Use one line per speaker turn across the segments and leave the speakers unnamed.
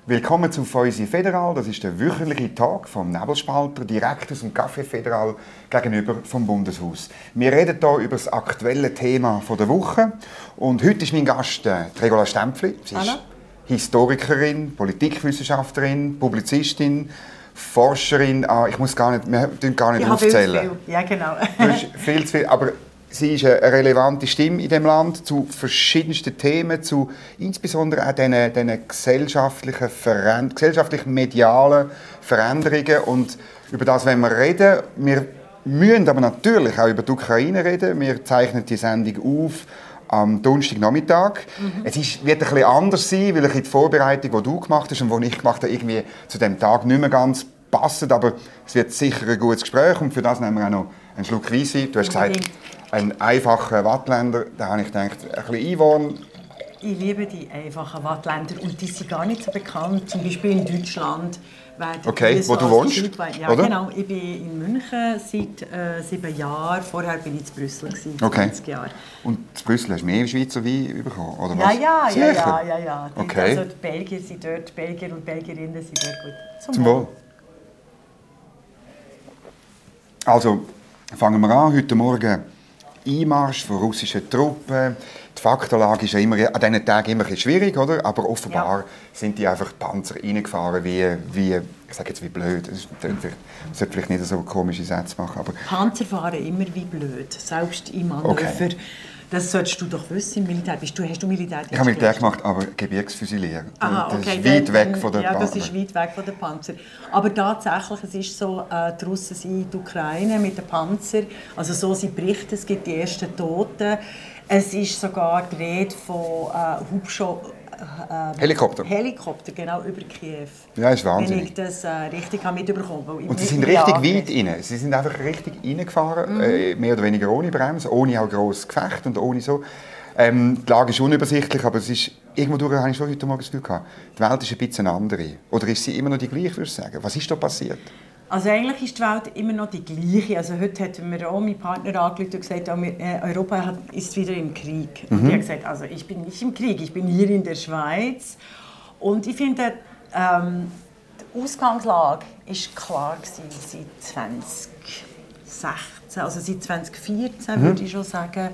Willkommen zu Feusi Federal. Das ist der wöchentliche Talk vom Nebelspalter, direkt aus dem Café Federal gegenüber vom Bundeshaus. Wir reden hier über das aktuelle Thema der Woche. Und heute ist mein Gast Regula Stempfli. Sie ist Historikerin, Politikwissenschaftlerin, Publizistin, Forscherin. Wir tun gar nicht aufzählen.
Viel. Ja, genau.
Das ist viel zu viel. Aber sie ist eine relevante Stimme in dem Land zu verschiedensten Themen, zu insbesondere auch diesen gesellschaftlich-medialen Veränderungen. Und über das wollen wir reden. Wir müssen aber natürlich auch über die Ukraine reden. Wir zeichnen die Sendung auf am Donnerstagnachmittag. Es wird ein bisschen anders sein, weil die Vorbereitung, die du gemacht hast und die ich gemacht habe, irgendwie zu diesem Tag nicht mehr ganz passen. Aber es wird sicher ein gutes Gespräch und für das nehmen wir auch noch einen Schluck Wein. Du hast gesagt, ein einfacher Wattländer, da habe ich gedacht, ein bisschen Einwohn.
Ich liebe die einfachen Wattländer und die sind gar nicht so bekannt. Zum Beispiel in Deutschland werden
wo du wohnst?
Ja, oder? Genau. Ich bin in München seit 7 Jahren. Vorher war ich in Brüssel, 20 Jahre.
Und in Brüssel hast du mehr Schweizer Wein bekommen, oder was?
Ja.
Okay.
Also die Belgier sind dort, die Belgier und Belgierinnen sind dort gut.
Zum Wohl. Also, fangen wir an. Heute Morgen Einmarsch von russischen Truppen. Die Faktenlage ist ja immer, an diesen Tagen immer ein bisschen schwierig, oder? Aber offenbar sind die einfach Panzer reingefahren wie ich sage jetzt wie blöd. Ich sollte vielleicht nicht so komische Sätze machen. Aber
Panzer fahren immer wie blöd, selbst im Manöver. Okay. Das solltest du doch wissen im Militär. Hast du Militär?
Ich habe Militär gemacht, aber Gebirgsfüsilier.
Aha, okay.
Das ist weit weg von den
Panzern. Ja, das ist weit weg von den Panzern. Aber tatsächlich, es ist so, die Russen sind in die Ukraine mit den Panzern. Also so sind Berichte, es gibt die ersten Toten. Es ist sogar die Rede von Helikopter, genau, über Kiew.
Ja, ist wahnsinnig.
Wenn ich das richtig mitbekommen habe.
Und sie sind richtig weit rein. Sie sind einfach richtig reingefahren, mehr oder weniger ohne Bremse, ohne auch grosses Gefecht und ohne so. Die Lage ist unübersichtlich, aber es ist, irgendwo habe ich schon heute Morgen das Gefühl gehabt, die Welt ist ein bisschen eine andere. Oder ist sie immer noch die gleiche, würde ich sagen? Was ist da passiert?
Also eigentlich ist die Welt immer noch die gleiche. Also heute hat mir auch mein Partner angerufen und gesagt, Europa ist wieder im Krieg. Und ich habe gesagt, also ich bin nicht im Krieg, ich bin hier in der Schweiz. Und ich finde, die Ausgangslage war klar seit 2016, also seit 2014 würde ich schon sagen.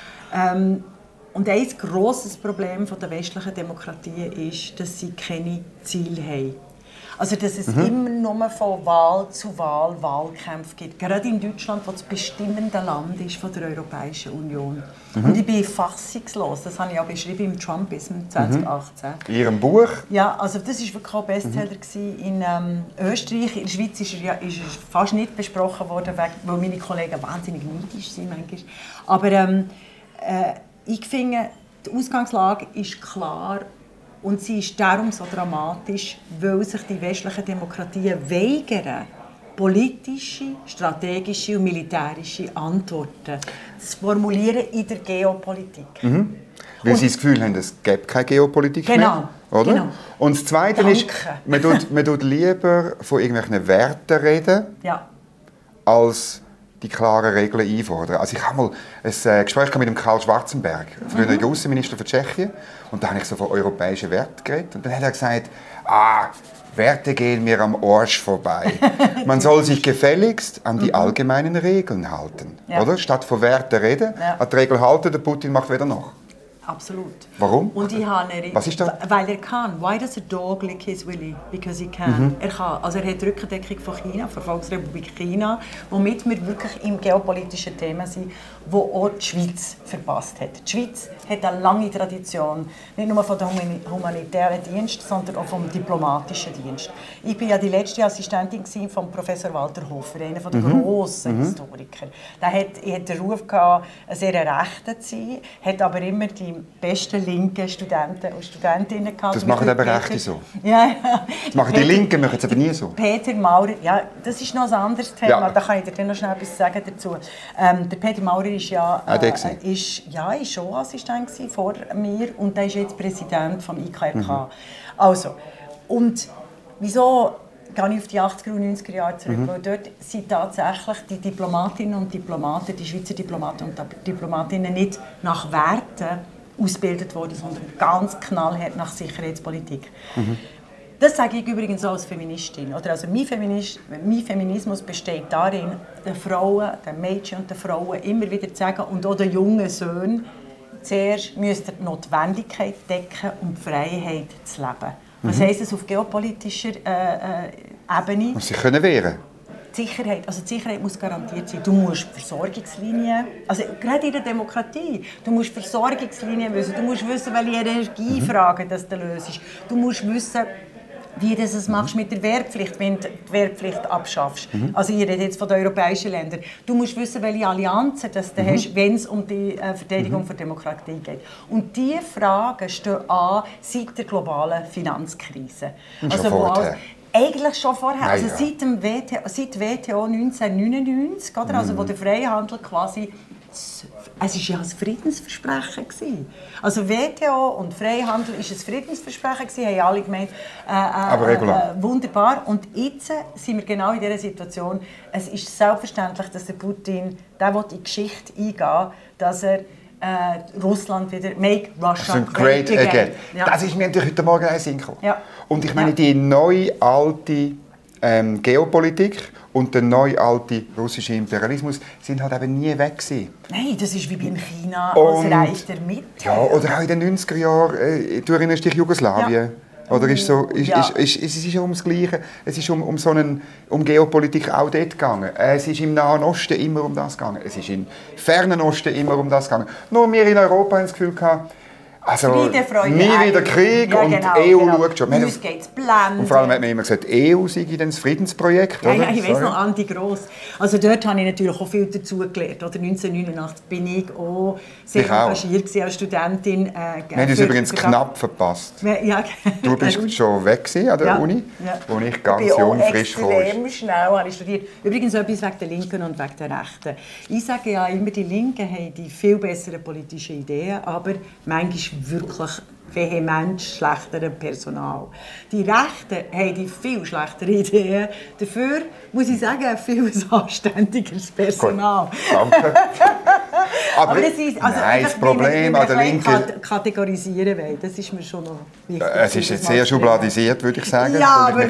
Und ein grosses Problem der westlichen Demokratie ist, dass sie keine Ziele haben. Also, dass es immer nur von Wahl zu Wahl Wahlkämpfe gibt. Gerade in Deutschland, das bestimmende Land ist von der Europäischen Union. Und ich bin fassungslos. Das habe ich auch beschrieben im Trumpism 2018.
In Ihrem Buch?
Ja, also das war wirklich ein Bestseller in Österreich. In der Schweiz ist er fast nicht besprochen worden, weil meine Kollegen wahnsinnig neidisch sind manchmal. Aber ich finde, die Ausgangslage ist klar. Und sie ist darum so dramatisch, weil sich die westlichen Demokratien weigern, politische, strategische und militärische Antworten zu formulieren in der Geopolitik.
Weil sie das Gefühl haben, es gäbe keine Geopolitik mehr. Oder? Genau. Und das Zweite ist, man tut lieber von irgendwelchen Werten reden, als die klaren Regeln einfordern. Also ich habe mal ein Gespräch mit dem Karl Schwarzenberg, früherer Außenminister von Tschechien, und da habe ich so von europäischen Werten geredet. Und dann hat er gesagt, Werte gehen mir am Arsch vorbei. Man soll sich gefälligst an die allgemeinen Regeln halten. Oder? Statt von Werten reden, an die Regeln halten, der Putin macht wieder nach.
Absolut.
Warum?
Und ich habe
was ist das?
Weil er kann. Why does a dog lick his willy? Because he can. Er kann. Also er hat die Rückendeckung von China, von der Volksrepublik China, womit wir wirklich im geopolitischen Thema sind, wo auch die Schweiz verpasst hat. Die Schweiz hat eine lange Tradition, nicht nur von dem humanitären Dienst, sondern auch vom diplomatischen Dienst. Ich war ja die letzte Assistentin von Professor Walter Hofer, einer der grossen Historiker. Der hat den Ruf gehabt, ein sehr Rechter zu sein, hat aber immer die besten linken Studenten und Studentinnen gehabt.
Das machen aber Rechte so?
Ja.
Das machen die Linken, machen es aber nie so.
Peter Maurer, ja, das ist noch ein anderes Thema, da kann ich dir noch schnell etwas sagen dazu. Der Peter Maurer ist ist schon Assistent vor mir und der ist jetzt Präsident des IKRK. Also, und wieso gehe ich auf die 80er und 90er Jahre zurück? Weil dort sind tatsächlich die Diplomatinnen und Diplomaten, die Schweizer Diplomaten und Diplomatinnen nicht nach Werten ausgebildet worden, sondern ganz knallhart nach Sicherheitspolitik. Das sage ich übrigens auch als Feministin. Oder also mein Feminismus besteht darin, den Frauen, den Mädchen und den Frauen immer wieder zu sagen, und auch den jungen Söhnen, zuerst müsst ihr die Notwendigkeit decken, um die Freiheit zu leben. Was heisst das auf geopolitischer Ebene?
Und sie können wehren.
Die Sicherheit muss garantiert sein. Du musst Versorgungslinien, also gerade in der Demokratie, du musst Versorgungslinien wissen, du musst wissen, welche Energiefragen das du löst. Du musst wissen, wie du es machst mit der Wehrpflicht, wenn du die Wehrpflicht abschaffst. Also ich rede jetzt von den europäischen Ländern. Du musst wissen, welche Allianzen das du hast, wenn es um die Verteidigung der Demokratie geht. Und diese Fragen stehen an seit der globalen Finanzkrise. Also eigentlich schon vorher, also seit WTO 1999, oder? Also wo der Freihandel quasi, es war ja ein Friedensversprechen gewesen. Also WTO und Freihandel ist ein Friedensversprechen gewesen, haben alle gemeint, wunderbar. Und jetzt sind wir genau in dieser Situation. Es ist selbstverständlich, dass der Putin, der will in die Geschichte eingehen, dass er Russland wieder «Make Russia great again».
Ja. Das ist mir natürlich heute Morgen ein Sinn gekommen. Ja. Und ich meine, die neue, alte Geopolitik und der neue, alte russische Imperialismus sind halt eben nie weg gewesen.
Nein, das ist wie beim China als Reich der Mitte.
Ja, oder auch in den 90er Jahren, du erinnerst dich Jugoslawien. Ja. Oder ist so, es ist ums Gleiche. Es ist um Geopolitik auch dort gegangen. Es ist im Nahen Osten immer um das gegangen. Es ist im Fernen Osten immer um das gegangen. Nur wir in Europa haben das Gefühl gehabt, also nie wieder Krieg und die EU schaut schon.
Uns geht's blendend.
Und vor allem hat man immer gesagt, die EU sei dann das Friedensprojekt.
Ja, ich weiss noch, Andi Gross. Also dort habe ich natürlich auch viel dazu gelernt. Oder 1989 bin ich auch sehr engagiert als Studentin.
Wir haben uns übrigens knapp verpasst.
Ja.
Du bist schon weg an der Uni, wo ich ganz jung, frisch kam.
Extrem schnell habe ich studiert. Übrigens etwas wegen der Linken und wegen der Rechten. Ich sage ja immer, die Linken haben die viel besseren politischen Ideen, aber manchmal wirklich vehement schlechterem Personal. Die Rechten haben die viel schlechtere Ideen. Dafür muss ich sagen, viel anständigeres Personal.
Gut, danke. Aber
das ist, also
nein, das Problem an der Linken
kategorisieren will, das ist mir schon noch wichtig.
Es ist jetzt sehr schubladisiert, würde ich sagen.
Ja, aber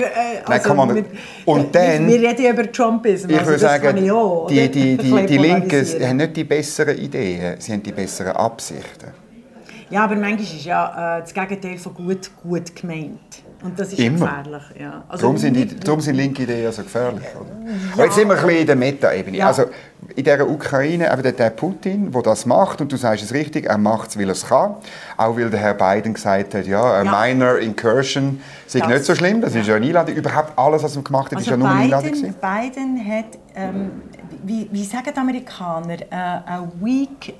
und dann,
wir reden über Trumpismus.
Ich würde sagen, die Linken haben nicht die besseren Ideen, sie haben die besseren Absichten.
Ja, aber manchmal ist ja das Gegenteil von gut gemeint. Und das ist gefährlich. Ja. Also
darum sind linke Ideen so gefährlich. Oder? Ja. Aber jetzt sind wir ein bisschen in der Meta-Ebene. Ja. Also in dieser Ukraine, eben der Putin, der das macht, und du sagst es richtig, er macht es, weil er es kann. Auch weil der Herr Biden gesagt hat, ja, minor incursion sei nicht so schlimm. Das ist ja eine Einladung. Überhaupt alles, was er gemacht hat, ist ja nur eine Einladung.
Biden hat, wie sagen die Amerikaner, a weak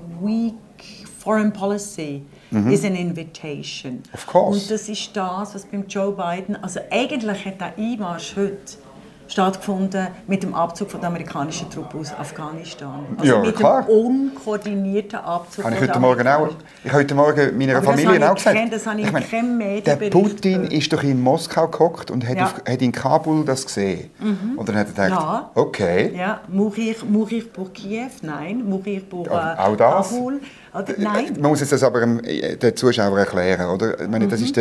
Foreign Policy is an invitation.
Of course.
Und das ist das, was beim Joe Biden, also eigentlich hat der Einmarsch heute stattgefunden mit dem Abzug der amerikanischen Truppen aus Afghanistan. Also mit dem unkoordinierten Abzug
Ich habe heute Morgen meiner Familie auch gesagt.
Das habe ich in keinem
Medienbericht. Der Putin ist doch in Moskau gehockt und hat in Kabul das gesehen. Und dann hat er gedacht, okay.
Ja, mourir pour Kiew? Nein. Mourir pour
Kabul?
Nein.
Man muss das aber den Zuschauern erklären, oder? Ich meine, das ist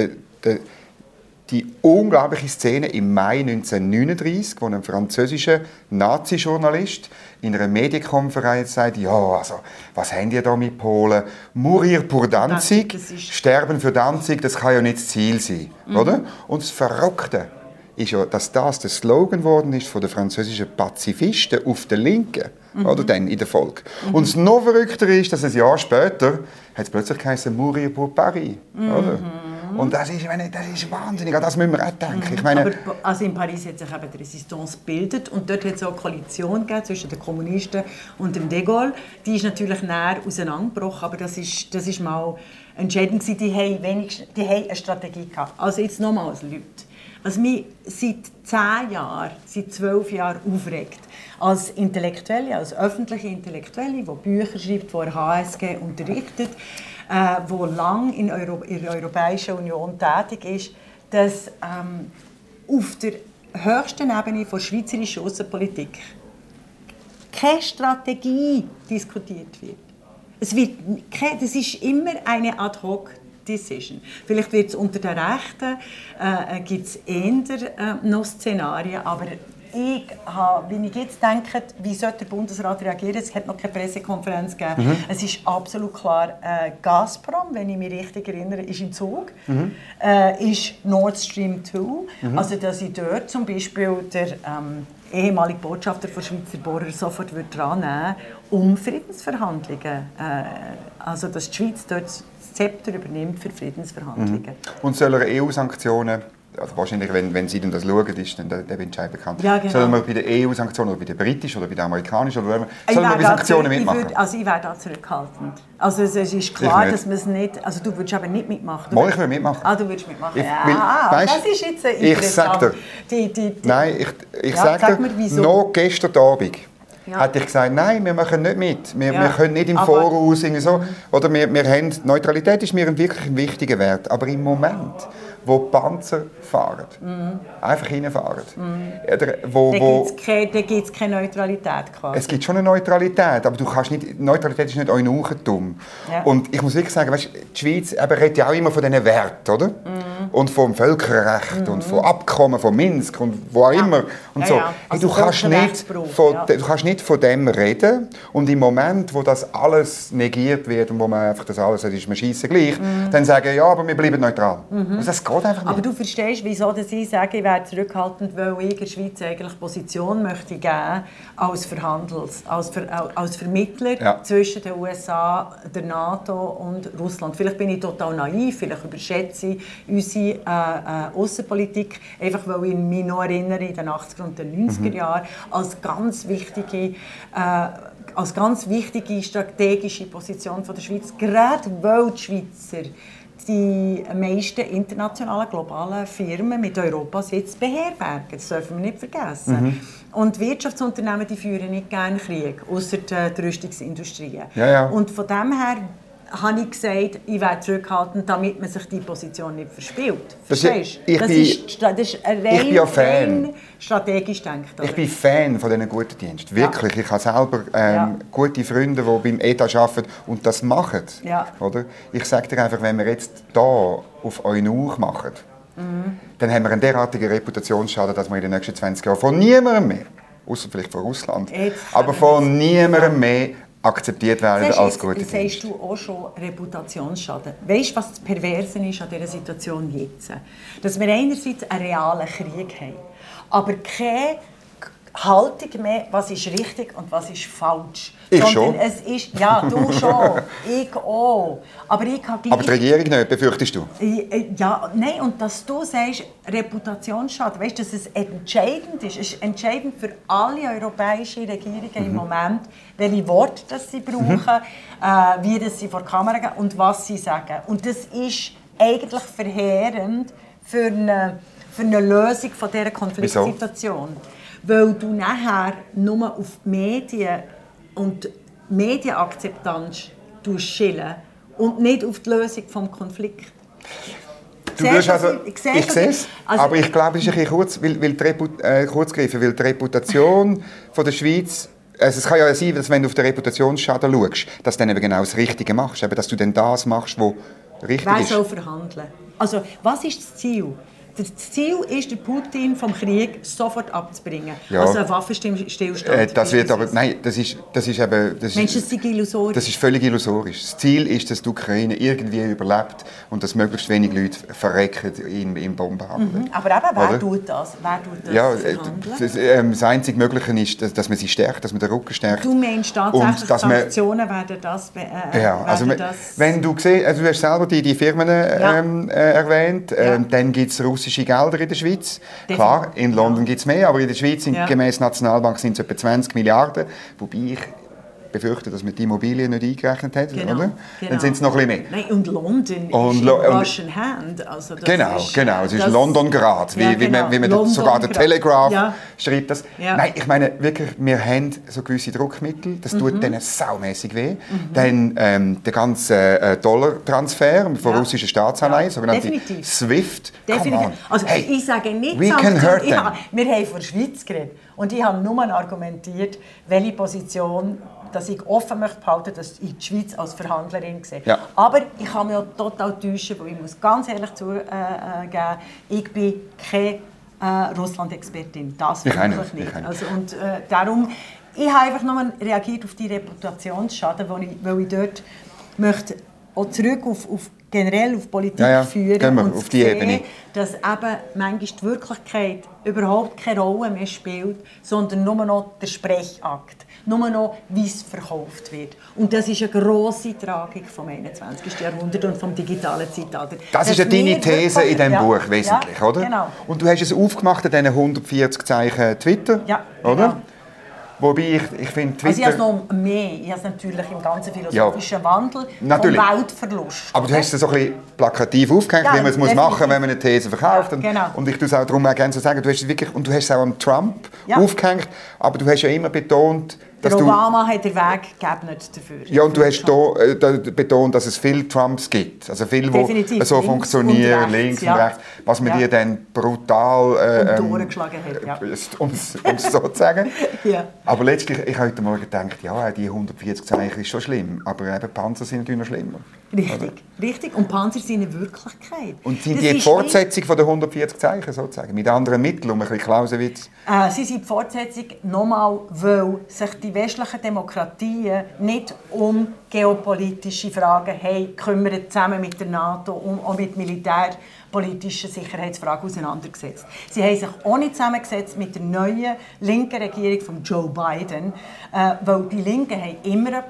die unglaubliche Szene im Mai 1939, wo ein französischer Nazi-Journalist in einer Medienkonferenz sagt, ja, also, was haben die da mit Polen? Mourir pour Danzig, sterben für Danzig, das kann ja nicht das Ziel sein, oder? Und das Verrückte ist ja, dass das der Slogan geworden ist von den französischen Pazifisten auf der Linken, oder dann in der Volk. Und das noch verrückter ist, dass ein Jahr später hat es plötzlich geheißen Mourir pour Paris, oder? Und das ist wahnsinnig, an das müssen wir auch denken. Ich meine,
aber also in Paris hat sich eben die Resistance gebildet und dort hat es auch eine Koalition gegeben zwischen den Kommunisten und dem de Gaulle. Die ist natürlich näher auseinandergebrochen, aber das ist mal entscheidend gewesen. Die haben eine Strategie gehabt. Also jetzt nochmals, Leute. Was mich seit 10 Jahren, seit 12 Jahren aufregt, als Intellektuelle, als öffentliche Intellektuelle, die Bücher schreibt, die der HSG unterrichtet, die lange in der Europäischen Union tätig ist, dass auf der höchsten Ebene der schweizerischen Außenpolitik keine Strategie diskutiert wird. Das ist immer eine decision. Vielleicht wird es unter den Rechten gibt es eher noch Szenarien, aber wenn ich jetzt denke, wie sollte der Bundesrat reagieren, es hat noch keine Pressekonferenz gegeben. Es ist absolut klar, Gazprom, wenn ich mich richtig erinnere, ist im Zug, ist Nord Stream 2, also dass ich dort zum Beispiel der ehemalige Botschafter von Schweizer Bohrer sofort dran nehmen, um Friedensverhandlungen, also dass die Schweiz dort das Zepter übernimmt für Friedensverhandlungen.
Und soll er EU-Sanktionen, also wahrscheinlich, wenn Sie das schauen, ist dann der Entscheid bekannt.
Ja, genau.
Sollen wir bei den EU-Sanktionen oder bei den britischen oder bei den amerikanischen oder sollen wir bei Sanktionen mitmachen?
Ich wäre da zurückhaltend. Also es ist klar, dass man es nicht... Also du würdest aber nicht mitmachen.
Ich würde mitmachen.
Ah, du würdest mitmachen.
Weißt,
das ist jetzt interessant.
Ich sage dir, noch gestern Abend hätte ich gesagt, nein, wir machen nicht mit. Wir können nicht im Voraus so. Oder Neutralität ist mir wirklich ein wichtiger Wert. Aber im Moment, wo Panzer fahren, einfach reinfahren.
Da gibt es keine Neutralität quasi.
Es gibt schon eine Neutralität, aber Neutralität ist nicht Eunuchentum. Ja. Und ich muss wirklich sagen, weißt, die Schweiz redet ja auch immer von diesen Werten, oder? Und vom Völkerrecht und von Abkommen, von Minsk und wo auch immer. Und so. Also du kannst nicht von dem reden. Und im Moment, wo das alles negiert wird und wo man einfach das alles ist, man schiessen gleich, dann sagen, ja, aber wir bleiben neutral. Also das geht einfach nicht.
Aber du verstehst, wieso ich sage, ich wäre zurückhaltend, weil ich in der Schweiz eigentlich Position möchte geben als als Vermittler zwischen den USA, der NATO und Russland. Vielleicht bin ich total naiv, vielleicht überschätze ich unsere Außenpolitik, einfach weil ich mich noch erinnere, in den 80er und den 90er Jahren als ganz wichtige strategische Position von der Schweiz, gerade weil die Schweizer die meisten internationalen, globalen Firmen mit Europasitz beherbergen. Das dürfen wir nicht vergessen. Und Wirtschaftsunternehmen die führen nicht gerne Krieg, ausser die Rüstungsindustrien. Und von dem her habe ich gesagt, ich werde zurückhalten, damit man sich diese Position nicht verspielt. Verstehst du? Das ist rein strategisch gedacht.
Ich bin Fan von diesen guten Diensten. Wirklich. Ich habe selber gute Freunde, die beim ETA arbeiten und das machen. Oder? Ich sage dir einfach, wenn wir jetzt hier auf Eunuch machen, dann haben wir einen derartigen Reputationsschaden, dass wir in den nächsten 20 Jahren von niemandem mehr, außer vielleicht von Russland, aber von niemandem mehr akzeptiert werden als gute Dienste.
Sagst du auch schon Reputationsschaden? Weißt du, was das Perverse ist an dieser Situation jetzt? Dass wir einerseits einen realen Krieg haben, aber keine Haltung mehr, was ist richtig und was ist falsch.
Ich schon.
Es ist, ja, du schon, ich auch. Aber
die Regierung nicht, befürchtest du?
Ja, nein, und dass du sagst, Reputationsschaden, weißt du, dass es entscheidend ist. Es ist entscheidend für alle europäischen Regierungen im Moment, welche Worte das sie brauchen, wie das sie vor die Kamera gehen und was sie sagen. Und das ist eigentlich verheerend für eine Lösung von dieser Konfliktsituation. Wieso? Weil du nachher nur auf die Medien und Medienakzeptanz schillen und nicht auf die Lösung des Konflikts.
Ich sehe es, aber ich glaube, es ist ein bisschen kurz gegriffen, weil die Reputation von der Schweiz, also es kann ja sein, dass wenn du auf den Reputationsschaden schaust, dass du dann eben genau das Richtige machst, eben, dass du dann das machst, was richtig ist.
Wer soll verhandeln? Also, was ist das Ziel? Das Ziel ist, den Putin vom Krieg sofort abzubringen.
Ja.
Also ein Waffenstillstand.
Das wird aber, nein, das ist eben...
Meinst du, das ist illusorisch?
Das ist völlig illusorisch. Das Ziel ist, dass die Ukraine irgendwie überlebt und dass möglichst wenig Leute verrecken im Bombenhandel.
Aber eben, wer tut das?
Das einzige Mögliche ist, dass man sie stärkt, dass man den Rücken stärkt.
Du meinst tatsächlich, Sanktionen werden das...
Wenn du siehst, also du hast selber die Firmen erwähnt, dann gibt es russische Gelder in der Schweiz. Klar, in London gibt es mehr, aber in der Schweiz sind gemäß Nationalbank sind es etwa 20 Milliarden, wobei ich befürchte, dass man die Immobilien nicht eingerechnet hat, oder? Genau. Dann sind es noch ein bisschen mehr.
Nein, und London ist in Russian Hand. Also das
genau, es ist London gerade, wie man sogar der Telegraph schreibt das. Ja. Nein, ich meine wirklich, wir haben so gewisse Druckmittel, das tut denen saumässig weh. Dann der ganze Dollartransfer von russischen Staatsanleihen, sogenannte SWIFT.
Definitiv. Also ich sage nicht,
we can hurt them.
Wir haben von der Schweiz geredet. Und ich habe nur argumentiert, welche Position dass ich offen möchte behalten, dass ich die Schweiz als Verhandlerin sehe. Ja. Aber ich kann mich auch total täuschen, weil ich muss ganz ehrlich zugeben, ich bin keine Russland-Expertin. Das wirklich nicht. Also, und darum, ich habe einfach nur reagiert auf die Reputationsschaden, weil ich dort möchte auch zurück auf generell auf Politik führen und auf die Ebene, dass eben manchmal die Wirklichkeit überhaupt keine Rolle mehr spielt, sondern nur noch der Sprechakt, nur noch, wie es verkauft wird. Und das ist eine grosse Tragik vom 21. Jahrhundert und vom digitalen Zeitalter.
Das ist ja deine These in diesem Buch wesentlich, oder?
Genau.
Und du hast es aufgemacht in diesen 140 Zeichen Twitter, oder? Genau. Wobei ich finde Twitter...
Also ich habe es noch mehr. Ich habe es natürlich im ganzen philosophischen Wandel vom Weltverlust.
Aber du hast es so ein bisschen plakativ aufgehängt, wie man es machen muss, wenn man eine These verkauft. Ja, genau. Und ich tue es auch darum auch gerne so sagen, du hast es wirklich, und du hast es auch am Trump aufgehängt, aber du hast ja immer betont,
dass Obama hat den Weg geebnet dafür.
Ja, und du hast betont, dass es viele Trumps gibt. Also viele, die so funktionieren, links und rechts. Was man dir dann brutal...
durchgeschlagen hat,
um es so zu sagen. Ja. Aber letztlich, ich habe heute Morgen gedacht, ja, die 140 Zeichen ist schon schlimm. Aber eben Panzer sind natürlich noch schlimmer.
Richtig. Und Panzer sind eine Wirklichkeit.
Und sind die Fortsetzung von den 140 Zeichen sozusagen? Mit anderen Mitteln, um ein bisschen Clausewitz?
Sie sind die Fortsetzung nochmal, weil sich die westlichen Demokratien nicht um geopolitische Fragen kümmern, zusammen mit der NATO und mit militärpolitischen Sicherheitsfragen auseinandergesetzt. Sie haben sich auch nicht zusammengesetzt mit der neuen linken Regierung von Joe Biden, weil die Linken haben immer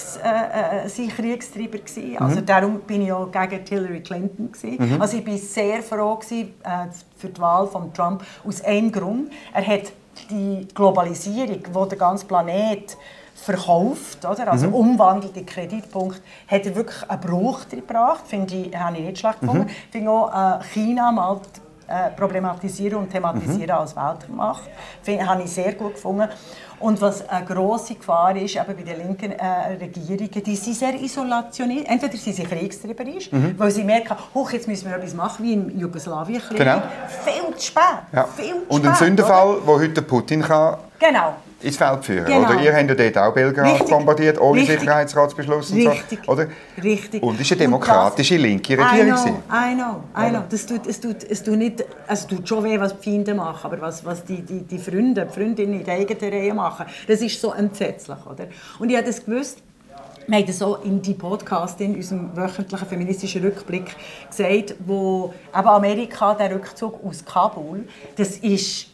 Kriegstreiber gewesen. Also darum bin ich auch gegen Hillary Clinton gewesen. Also ich bin sehr froh gewesen, für die Wahl von Trump aus einem Grund. Er hat die Globalisierung, die der ganze Planet verkauft, oder? Also umwandelt in Kreditpunkt, hat er wirklich einen Bruch gebracht. Habe ich nicht schlecht gefunden. Ich finde auch China mal problematisieren und thematisieren als Weltmacht. Habe ich sehr gut gefunden. Und was eine grosse Gefahr ist, eben bei den linken Regierungen, die sind sehr isolationist. Entweder sind sie kriegstrieberisch, weil sie merken, jetzt müssen wir etwas machen, wie im Jugoslawienkrieg.
Genau.
Viel zu spät. Ja. Viel zu
und ein Sündenfall, den heute Putin kann ins Feld führen kann. Oder ihr habt ja dort auch Belgrad bombardiert, ohne Sicherheitsratsbeschluss. Und
Richtig.
So, oder?
Richtig.
Und es war eine demokratische linke Regierung.
I know. Es tut schon weh, was die Feinde machen, aber was die Freunde, die Freundinnen in der eigenen Reihe machen, das ist so entsetzlich. Oder? Und ich habe das gewusst, wir haben das auch in die Podcast, in unserem wöchentlichen feministischen Rückblick gesagt, wo eben Amerika, der Rückzug aus Kabul, das ist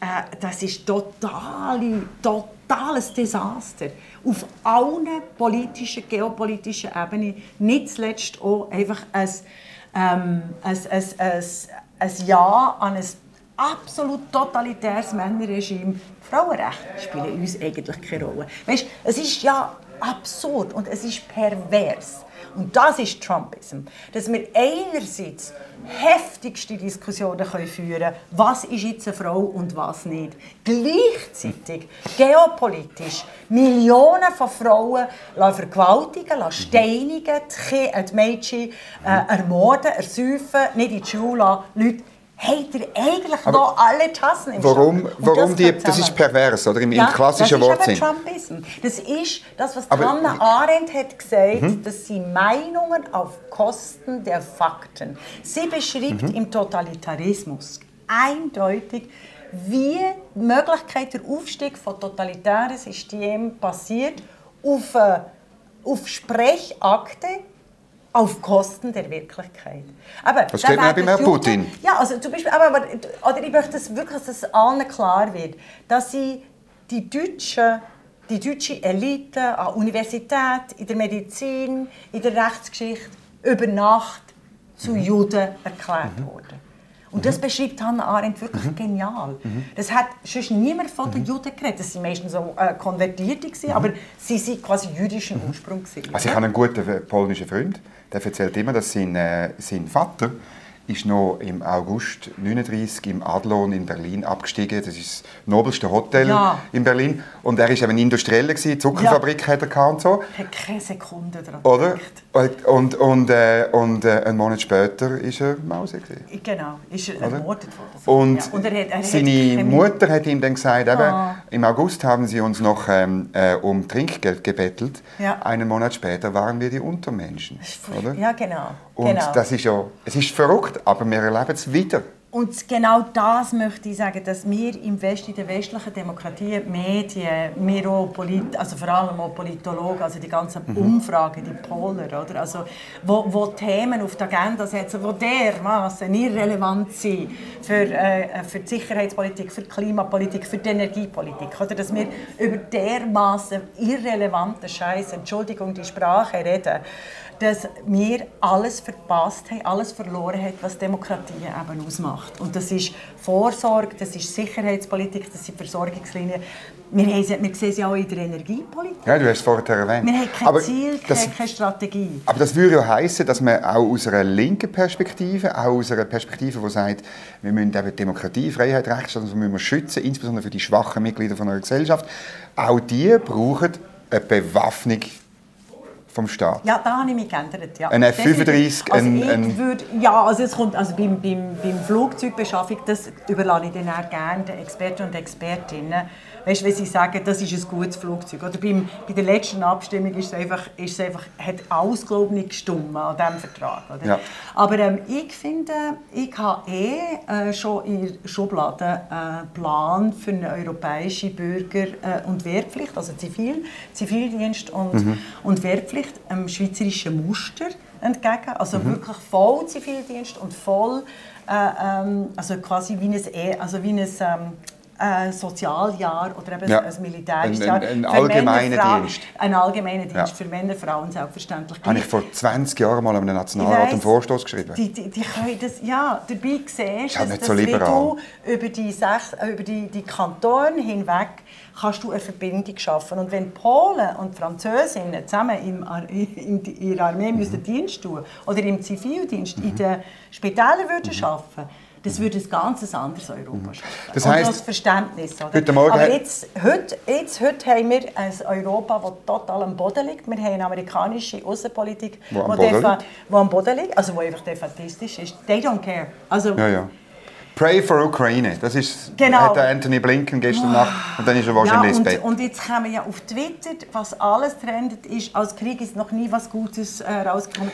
totales Desaster. Auf allen politischen, geopolitischen Ebenen. Nicht zuletzt auch einfach ein Ja an ein absolut totalitäres Männerregime. Frauenrechte spielen uns eigentlich keine Rolle. Weißt, es ist ja absurd und es ist pervers. Und das ist Trumpism. Dass wir einerseits heftigste Diskussionen führen können, was ist jetzt eine Frau und was nicht. Gleichzeitig, geopolitisch, Millionen von Frauen vergewaltigen, steinigen, die Mädchen ermorden, ersäufen, nicht in die Schule lassen, Leute. Habt ihr eigentlich noch alle Tassen im
Warum das ist pervers, oder? Im klassischen Wortsinn.
Das ist Trumpism. Das ist das, was Hannah Arendt hat gesagt, das sind Meinungen auf Kosten der Fakten. Sie beschreibt im Totalitarismus eindeutig, wie die Möglichkeit der Aufstieg von totalitären Systemen passiert auf Sprechakte, auf Kosten der Wirklichkeit. Aber
das geht mir bei Putin.
Ja, also zum Beispiel, oder ich möchte das wirklich, dass es allen klar wird, dass sie die deutsche Elite an der Universität, in der Medizin, in der Rechtsgeschichte über Nacht zu Juden erklärt wurden. Und das beschreibt Hannah Arendt wirklich genial. Das hat sonst niemand von den Juden geredet. Das waren meistens so Konvertierte, aber sie waren quasi jüdischen Ursprung.
Also ich habe einen guten polnischen Freund, der erzählt immer, dass sein Vater ist noch im August 1939 im Adlon in Berlin abgestiegen. Das ist das nobelste Hotel in Berlin. Und er war eben Industrieller, die Zuckerfabrik hatte er und so.
Hat keine Sekunde daran
gedacht. Und einen Monat später war er Mauser.
Genau, ist er ermordet
worden. Und seine Mutter hat ihm dann gesagt, im August haben sie uns noch um Trinkgeld gebettelt. Ja. Einen Monat später waren wir die Untermenschen. Oder?
Ja, genau.
Und das ist ja, es ist verrückt, aber wir erleben es wieder.
Und genau das möchte ich sagen, dass wir im Westen, in der westlichen Demokratie, Medien, wir auch also vor allem auch Politologen, also die ganzen Umfragen, die Poller, oder? Also, wo Themen auf die Agenda setzen, die dermaßen irrelevant sind für die Sicherheitspolitik, für die Klimapolitik, für die Energiepolitik. Oder? Dass wir über dermaßen irrelevanten Scheiß, Entschuldigung, die Sprache reden, dass wir alles verpasst haben, alles verloren haben, was Demokratie eben ausmacht. Und das ist Vorsorge, das ist Sicherheitspolitik, das sind Versorgungslinien. Wir sehen es ja auch in der Energiepolitik.
Ja, du hast es vorher erwähnt.
Wir haben kein Ziel, keine Strategie.
Aber das würde ja heissen, dass man auch aus einer linken Perspektive, auch aus einer Perspektive, die sagt, wir müssen eben Demokratie, Freiheit, Rechtsstaat müssen wir schützen, insbesondere für die schwachen Mitglieder einer Gesellschaft, auch die brauchen eine Bewaffnung vom Staat.
Ja, da habe ich mich geändert. Ja.
Ein F-35,
beim Flugzeugbeschaffung, das überlasse ich dann auch gerne den Experten und Expertinnen. Weißt du, wenn sie sagen, das ist ein gutes Flugzeug. Oder bei der letzten Abstimmung hat alles, glaube ich, nicht gestimmt an diesem Vertrag. Oder? Ja. Aber ich finde, ich habe schon in der Schublade einen Plan für eine europäische Bürger- und Wehrpflicht, also Zivildienst und Wehrpflicht, einem schweizerischen Muster entgegen. Also wirklich voll Zivildienst und voll, also quasi wie ein Sozialjahr oder eben ein militärisches Jahr.
Ein allgemeiner Dienst.
Ein allgemeiner Dienst für Männer, Frauen selbstverständlich.
Habe ich vor 20 Jahren mal an einem Nationalrat einen Vorstoß geschrieben.
Die können das, dabei siehst du,
dass so du
über die Kantone hinweg kannst du eine Verbindung schaffen. Und wenn Polen und Französinnen zusammen in ihrer Armee Dienst tun oder im Zivildienst in den Spitälern arbeiten, das würde ein ganz anderes Europa schaffen.
Das heisst,
und das Verständnis. Oder?
Heute Morgen
aber heute haben wir ein Europa, das total am Boden liegt. Wir haben eine amerikanische Außenpolitik, die am Boden liegt, also die einfach defatistisch ist. They don't care. Also,
ja. Pray for Ukraine. Das ist, hat Anthony Blinken gestern Nacht und dann ist er wahrscheinlich ins Bett.
Und jetzt kommen ja auf Twitter, was alles trendet ist, als Krieg ist noch nie was Gutes rausgekommen.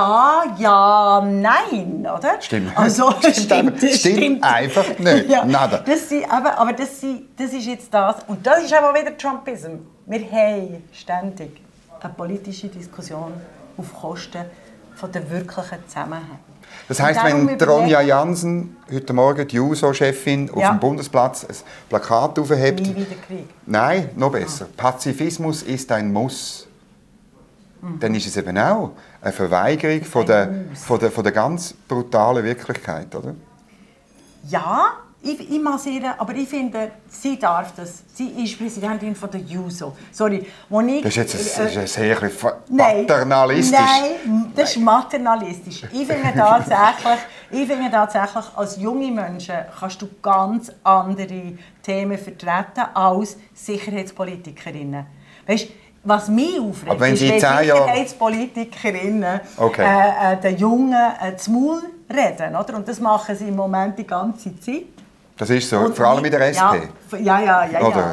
Ja, nein, oder?
Stimmt.
Also, stimmt
einfach nicht.
Ja, nada. Das ist jetzt das. Und das ist aber wieder Trumpism. Wir haben ständig eine politische Diskussion auf Kosten der wirklichen Zusammenhänge.
Das heisst, wenn Ronja Jansen, heute Morgen die JUSO-Chefin, auf dem Bundesplatz ein Plakat aufhebt...
Nie wieder Krieg.
Nein, noch besser. Pazifismus ist ein Muss. Dann ist es eben auch eine Verweigerung von der ganz brutalen Wirklichkeit, oder?
Ja, ich massiere, aber ich finde, sie darf das. Sie ist Präsidentin von der JUSO. Sorry,
das ist jetzt sehr paternalistisch.
Nein, das ist maternalistisch. Ich finde tatsächlich, als junge Menschen kannst du ganz andere Themen vertreten als Sicherheitspolitikerinnen. Weißt, was mich aufregt, ist, wenn Sicherheitspolitikerinnen den Jungen zu Maul reden. Oder? Und das machen sie im Moment die ganze Zeit.
Das ist so, vor allem in der SP.
Ja.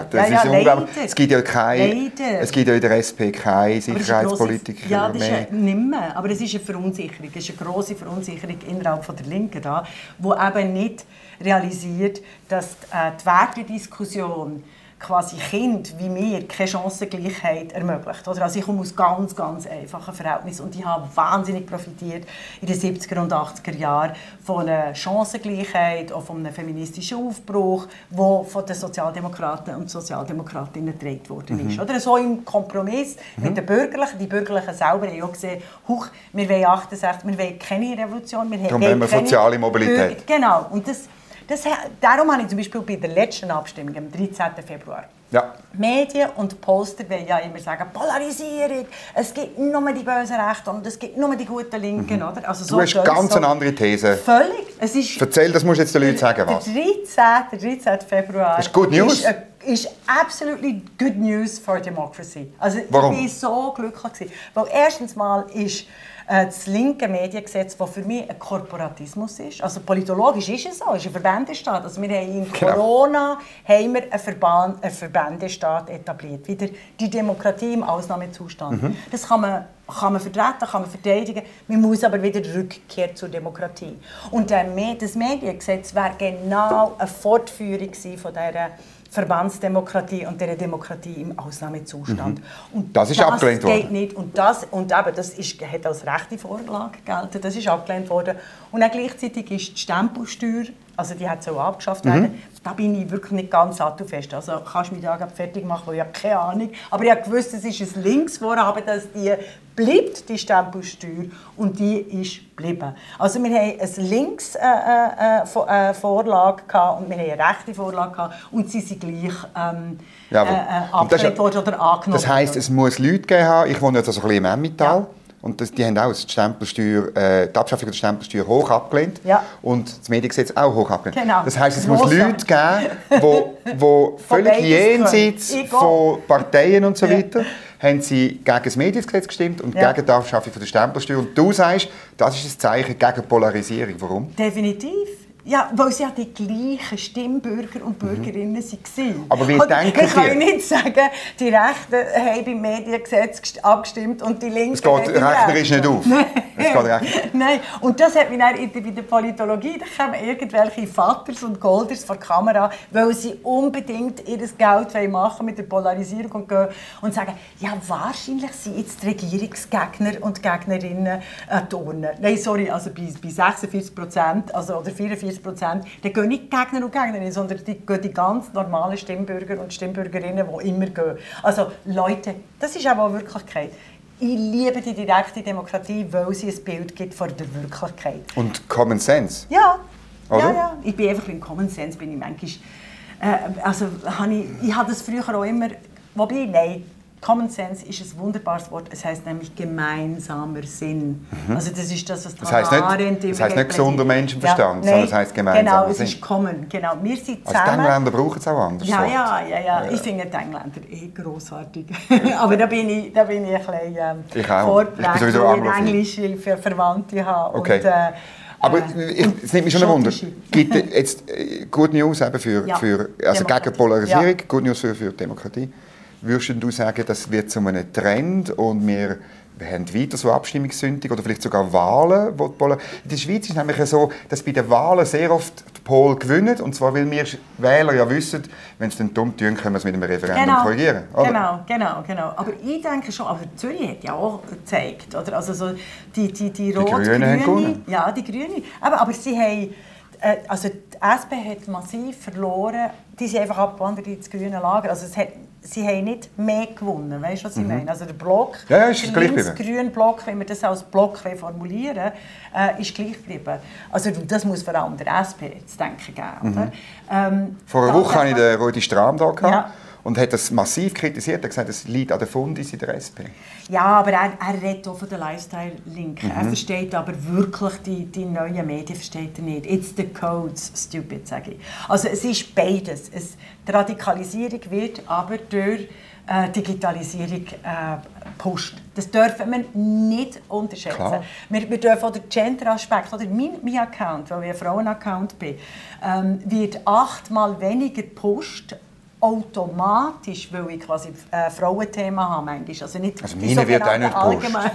Es gibt ja in der SP keine Sicherheitspolitiker mehr.
Ja, das ist nicht mehr. Aber es ist eine Verunsicherung. Es ist eine grosse Verunsicherung innerhalb der Linken, die eben nicht realisiert, dass die Wertediskussion quasi Kind wie mir keine Chancengleichheit ermöglicht. Also ich komme aus ganz, ganz einfachen Verhältnissen und ich habe wahnsinnig profitiert in den 70er und 80er Jahren von einer Chancengleichheit, auch von einem feministischen Aufbruch, der von den Sozialdemokraten und Sozialdemokratinnen getragen worden ist. Oder so im Kompromiss mit den Bürgerlichen. Die Bürgerlichen selber haben auch gesehen, wir wollen 68, wir wollen keine Revolution,
darum wollen wir soziale Mobilität.
Genau. Und darum habe ich zum Beispiel bei der letzten Abstimmung, am 13. Februar,
Ja.
Medien und Poster wollen ja immer sagen, Polarisierung, es gibt nur die bösen Rechten und es gibt nur die guten Linken. Oder? Also so
du hast ganz eine andere These.
Völlig. Es ist
erzähl, das musst du jetzt den Leuten sagen, was?
Der 13. Februar
das ist Good News.
Ist absolutely good news for democracy. Also
warum?
Ich war so glücklich. Weil erstens mal ist das linke Mediengesetz, das für mich ein Korporatismus ist. Also politologisch ist es so, es ist ein Verbändestaat. Also wir haben in Corona haben wir einen Verbändestaat etabliert. Wieder die Demokratie im Ausnahmezustand. Das kann man vertreten, kann man verteidigen. Man muss aber wieder Rückkehr zur Demokratie. Und das Mediengesetz wäre genau eine Fortführung von dieser Verbandsdemokratie und der Demokratie im Ausnahmezustand. Und
das ist abgelehnt worden.
Geht nicht. Und das hat als rechte Vorlage gelten. Das ist abgelehnt worden. Und dann gleichzeitig ist die Stempelsteuer, also die hat so abgeschafft werden. Da bin ich wirklich nicht ganz sattelfest. Also kannst du mich da fertig machen, weil ich habe keine Ahnung. Aber ich habe gewusst, es ist ein Linksvorhaben, dass die bleibt, die Stempelsteuer, und die ist geblieben. Also wir haben eine Linksvorlage und wir haben eine rechte Vorlage gehabt, und sie sind gleich abgelehnt worden oder angenommen.
Das heisst, es muss Leute geben. Ich wohne jetzt also ein bisschen im Emmental. Ja. Und die haben auch die Abschaffung der Stempelsteuer hoch abgelehnt. Ja. Und das Mediengesetz auch hoch abgelehnt.
Genau.
Das heisst, es muss Leute geben, die völlig jenseits von Parteien und so weiter haben sie gegen das Mediengesetz gestimmt und gegen die Abschaffung der Stempelsteuer. Und du sagst, das ist ein Zeichen gegen Polarisierung. Warum?
Definitiv. Ja, weil sie ja die gleichen Stimmbürger und Bürgerinnen waren.
Aber wie denken die?
Ich kann nicht sagen, die Rechten haben beim Mediengesetz abgestimmt und die Linken.
Es geht rechnerisch nicht auf.
Nein, und das hat mich dann bei der Politologie, da kommen irgendwelche Vaters und Golders vor die Kamera, weil sie unbedingt ihr Geld machen mit der Polarisierung und gehen und sagen, ja, wahrscheinlich sind jetzt die Regierungsgegner und Gegnerinnen Turner. Nein, sorry, also bei 46% also, oder 44%, dann gehen nicht Gegner und Gegnerinnen, sondern die gehen die ganz normalen Stimmbürger und Stimmbürgerinnen, die immer gehen. Also Leute, das ist aber auch Wirklichkeit. Ich liebe die direkte Demokratie, weil sie ein Bild gibt von der Wirklichkeit.
Und Common Sense?
Ja.
Oder?
Ja. Ich bin einfach beim Common Sense, bin ich manchmal... ich habe das früher auch immer... Wobei, nein, Common Sense ist ein wunderbares Wort. Es heisst nämlich gemeinsamer Sinn. Also das ist das, was
das heisst nicht gesunder Menschenverstand, sondern es heisst gemeinsamer Sinn.
Genau, es ist common. Genau. Wir sind zusammen.
Also die Engländer brauchen es auch anders.
Ja. Ich finde die Engländer grossartig. Aber da bin ich ein bisschen vorgeprägt, weil ich englische Verwandte habe.
Okay. Aber es nimmt mich schon ein Wunder. Gibt es jetzt Good News eben gegen Polarisierung, Good News für Demokratie? Würdest du sagen, das wird zu einem Trend und wir haben weiter so Abstimmungssündig oder vielleicht sogar Wahlen? In der Schweiz ist es nämlich so, dass bei den Wahlen sehr oft die Pol gewinnen, und zwar, weil wir Wähler ja wissen, wenn sie dann dumm tun, können wir es mit einem Referendum korrigieren. Oder?
Genau. Aber ich denke schon, aber Zürich hat ja auch gezeigt, oder? Also so die
Rot-Grüne.
Ja, die Grünen. Aber sie haben... Also die SP hat massiv verloren. Die sind einfach abgewandert ins grüne Lager. Also sie haben nicht mehr gewonnen. Weißt du, was ich meine? Also der Block,
der
links-grüne Block, wenn wir das als Block formulieren, ist gleich geblieben. Also das muss vor allem der SP zu denken geben.
Vor einer Woche hatte ich den Rudi Strahm da gehabt. Und hat das massiv kritisiert. Er hat gesagt, es liegt an den Fundis in der SP.
Ja, aber er redet auch von den Lifestyle-Linken. Er versteht aber wirklich die neuen Medien versteht er nicht. It's the codes, stupid, sage ich. Also es ist beides. Die Radikalisierung wird aber durch Digitalisierung gepusht. Das dürfen wir nicht unterschätzen. Wir dürfen auch den Gender-Aspekt, oder mein Account, weil ich ein Frauen-Account bin, wird 8-mal weniger gepusht, automatisch, weil ich quasi Frauenthema habe manchmal. Also
meine wird auch nicht gepusht.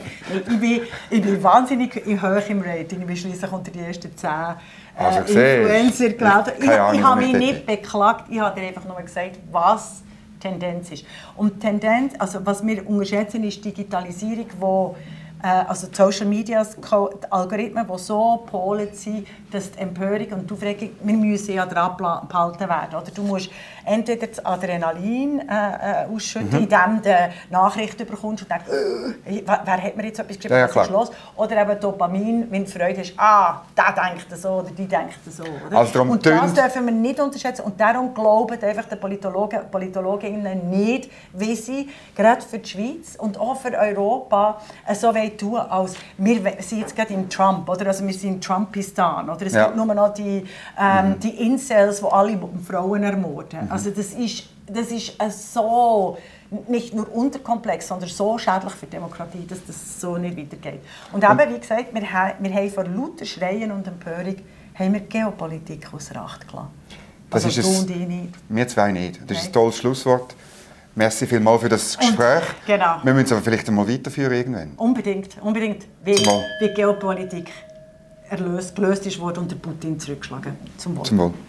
ich bin wahnsinnig hoch im Rating. Ich bin schliesslich unter die ersten 10 Influencer geladen. Ich habe mich nicht beklagt. Ich habe dir einfach nur gesagt, was die Tendenz ist. Und die Tendenz, also was wir unterschätzen, ist Digitalisierung, also die Social Media, die Algorithmen, die so gepolt sind, dass die Empörung und die Aufregung, wir müssen ja dran behalten werden. Oder du musst entweder das Adrenalin ausschütten, indem du Nachrichten bekommst und denkst, wer hat mir jetzt etwas geschrieben, was ist los? Oder eben Dopamin, wenn du Freude hast, der denkt so oder die denkt so. Oder?
Also
und das dürfen wir nicht unterschätzen. Und darum glauben einfach die Politologinnen nicht, wie sie gerade für die Schweiz und auch für Europa so tun, als wir sind jetzt gerade im Trump, oder? Also wir sind im Trumpistan. Oder? Es gibt nur noch die Incels, die alle Frauen ermorden. Also das ist so nicht nur unterkomplex, sondern so schädlich für die Demokratie, dass das so nicht weitergeht. Und eben, wie gesagt, wir haben vor lauter Schreien und Empörung haben wir Geopolitik außer Acht gelassen.
Das
also
ist
du und ich nicht.
Wir zwei nicht. Das ist ein tolles Schlusswort. Merci vielmals für das Gespräch.
Genau.
Wir müssen es aber vielleicht einmal weiterführen irgendwann.
Unbedingt. Wie Geopolitik gelöst ist worden und der Putin zurückgeschlagen. Zum Wohl.
Zum Wohl.